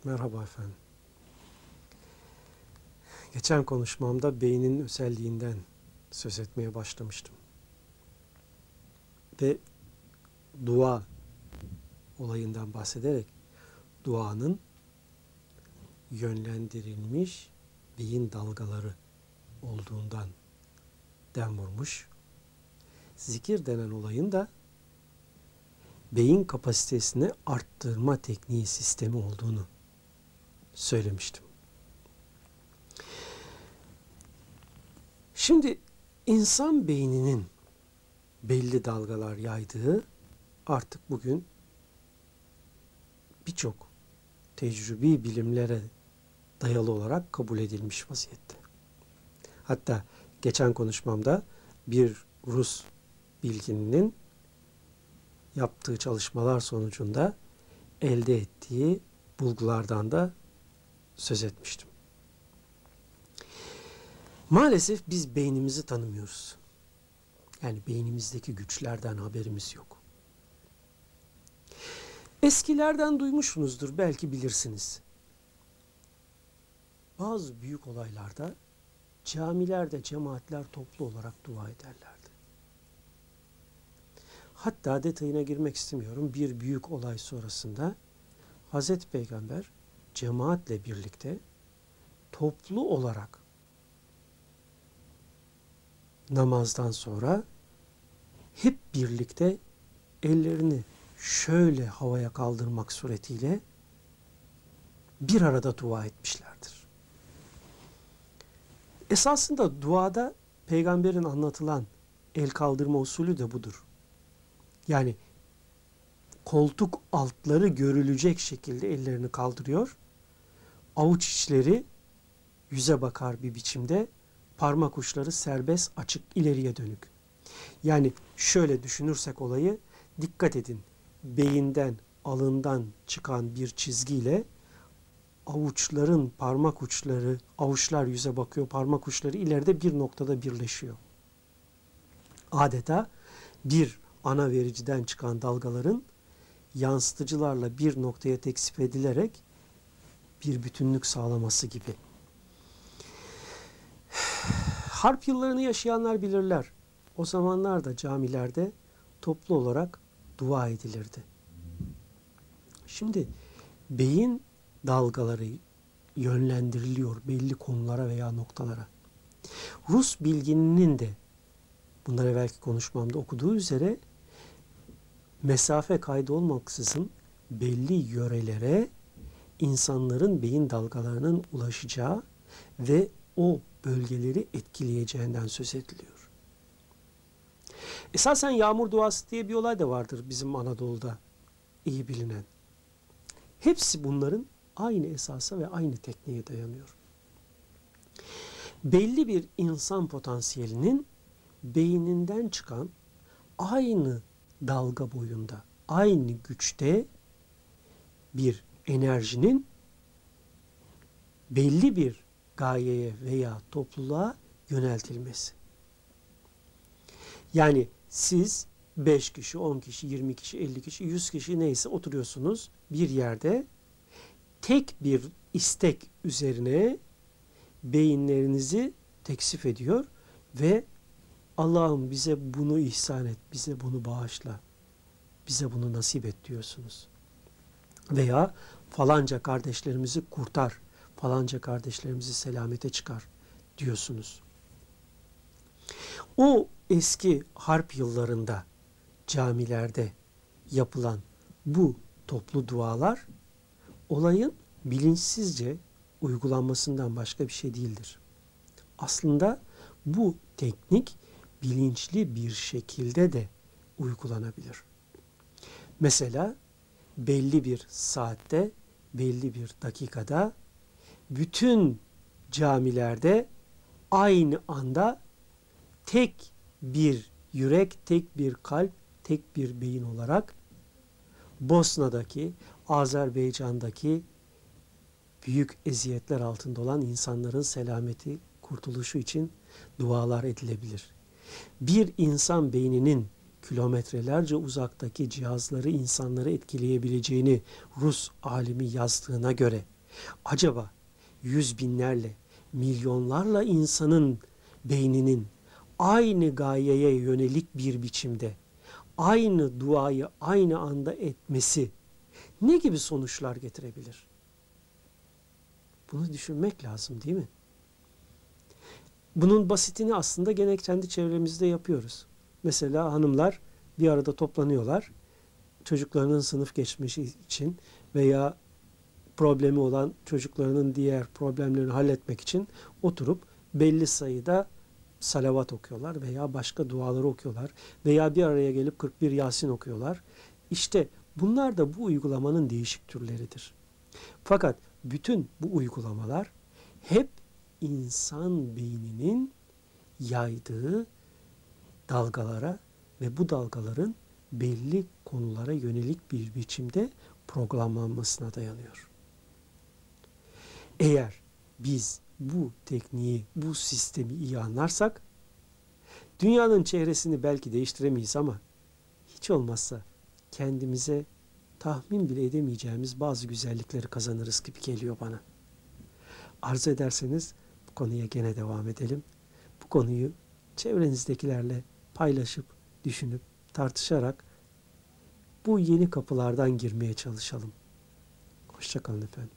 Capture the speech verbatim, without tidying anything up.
Merhaba efendim. Geçen konuşmamda beynin özelliğinden söz etmeye başlamıştım. Ve dua olayından bahsederek duanın yönlendirilmiş beyin dalgaları olduğundan dem vurmuş. Zikir denen olayın da beyin kapasitesini arttırma tekniği sistemi olduğunu söylemiştim. Şimdi insan beyninin belli dalgalar yaydığı artık bugün birçok tecrübi bilimlere dayalı olarak kabul edilmiş vaziyette. Hatta geçen konuşmamda bir Rus bilgininin yaptığı çalışmalar sonucunda elde ettiği bulgulardan da söz etmiştim. Maalesef biz beynimizi tanımıyoruz. Yani beynimizdeki güçlerden haberimiz yok. Eskilerden duymuşsunuzdur, belki bilirsiniz. Bazı büyük olaylarda camilerde cemaatler toplu olarak dua ederlerdi. Hatta detayına girmek istemiyorum. Bir büyük olay sonrasında Hazreti Peygamber cemaatle birlikte toplu olarak namazdan sonra hep birlikte ellerini şöyle havaya kaldırmak suretiyle bir arada dua etmişlerdir. Esasında duada peygamberin anlatılan el kaldırma usulü de budur. Yani koltuk altları görülecek şekilde ellerini kaldırıyor. Avuç içleri yüze bakar bir biçimde, parmak uçları serbest, açık, ileriye dönük. Yani şöyle düşünürsek olayı, dikkat edin. Beyinden, alından çıkan bir çizgiyle avuçların parmak uçları, avuçlar yüze bakıyor, parmak uçları ileride bir noktada birleşiyor. Adeta bir ana vericiden çıkan dalgaların yansıtıcılarla bir noktaya tekzip edilerek bir bütünlük sağlaması gibi. Harp yıllarını yaşayanlar bilirler. O zamanlarda camilerde toplu olarak dua edilirdi. Şimdi beyin dalgaları yönlendiriliyor belli konulara veya noktalara. Rus bilgininin de bundan evvelki konuşmamda okuduğu üzere mesafe kaydı olmaksızın belli yörelere insanların beyin dalgalarının ulaşacağı ve o bölgeleri etkileyeceğinden söz ediliyor. Esasen yağmur duası diye bir olay da vardır bizim Anadolu'da iyi bilinen. Hepsi bunların aynı esasa ve aynı tekniğe dayanıyor. Belli bir insan potansiyelinin beyninden çıkan aynı dalga boyunda, aynı güçte bir enerjinin belli bir gayeye veya topluluğa yöneltilmesi. Yani siz beş kişi, on kişi, yirmi kişi, elli kişi, yüz kişi neyse oturuyorsunuz bir yerde, tek bir istek üzerine beyinlerinizi teksif ediyor ve Allah'ım bize bunu ihsan et, bize bunu bağışla, bize bunu nasip et diyorsunuz. Veya falanca kardeşlerimizi kurtar, falanca kardeşlerimizi selamete çıkar diyorsunuz. O eski harp yıllarında camilerde yapılan bu toplu dualar olayın bilinçsizce uygulanmasından başka bir şey değildir. Aslında bu teknik bilinçli bir şekilde de uygulanabilir. Mesela belli bir saatte, belli bir dakikada bütün camilerde aynı anda tek bir yürek, tek bir kalp, tek bir beyin olarak Bosna'daki, Azerbaycan'daki büyük eziyetler altında olan insanların selameti, kurtuluşu için dualar edilebilir. Bir insan beyninin kilometrelerce uzaktaki cihazları insanları etkileyebileceğini Rus alimi yazdığına göre Acaba yüz binlerle, milyonlarla insanın beyninin aynı gayeye yönelik bir biçimde aynı duayı aynı anda etmesi ne gibi sonuçlar getirebilir? Bunu düşünmek lazım, değil mi? Bunun basitini aslında gene kendi çevremizde yapıyoruz. Mesela hanımlar bir arada toplanıyorlar. Çocuklarının sınıf geçmesi için veya problemi olan çocuklarının diğer problemlerini halletmek için oturup belli sayıda salavat okuyorlar veya başka duaları okuyorlar veya bir araya gelip kırk bir Yasin okuyorlar. İşte bunlar da bu uygulamanın değişik türleridir. Fakat bütün bu uygulamalar hep insan beyninin yaydığı dalgalara ve bu dalgaların belli konulara yönelik bir biçimde programlanmasına dayanıyor. Eğer biz bu tekniği, bu sistemi iyi anlarsak, dünyanın çehresini belki değiştiremeyiz ama hiç olmazsa kendimize tahmin bile edemeyeceğimiz bazı güzellikleri kazanırız gibi geliyor bana. Arzu ederseniz bu konuya gene devam edelim. Bu konuyu çevrenizdekilerle paylaşıp, düşünüp, tartışarak bu yeni kapılardan girmeye çalışalım. Hoşça kalın efendim.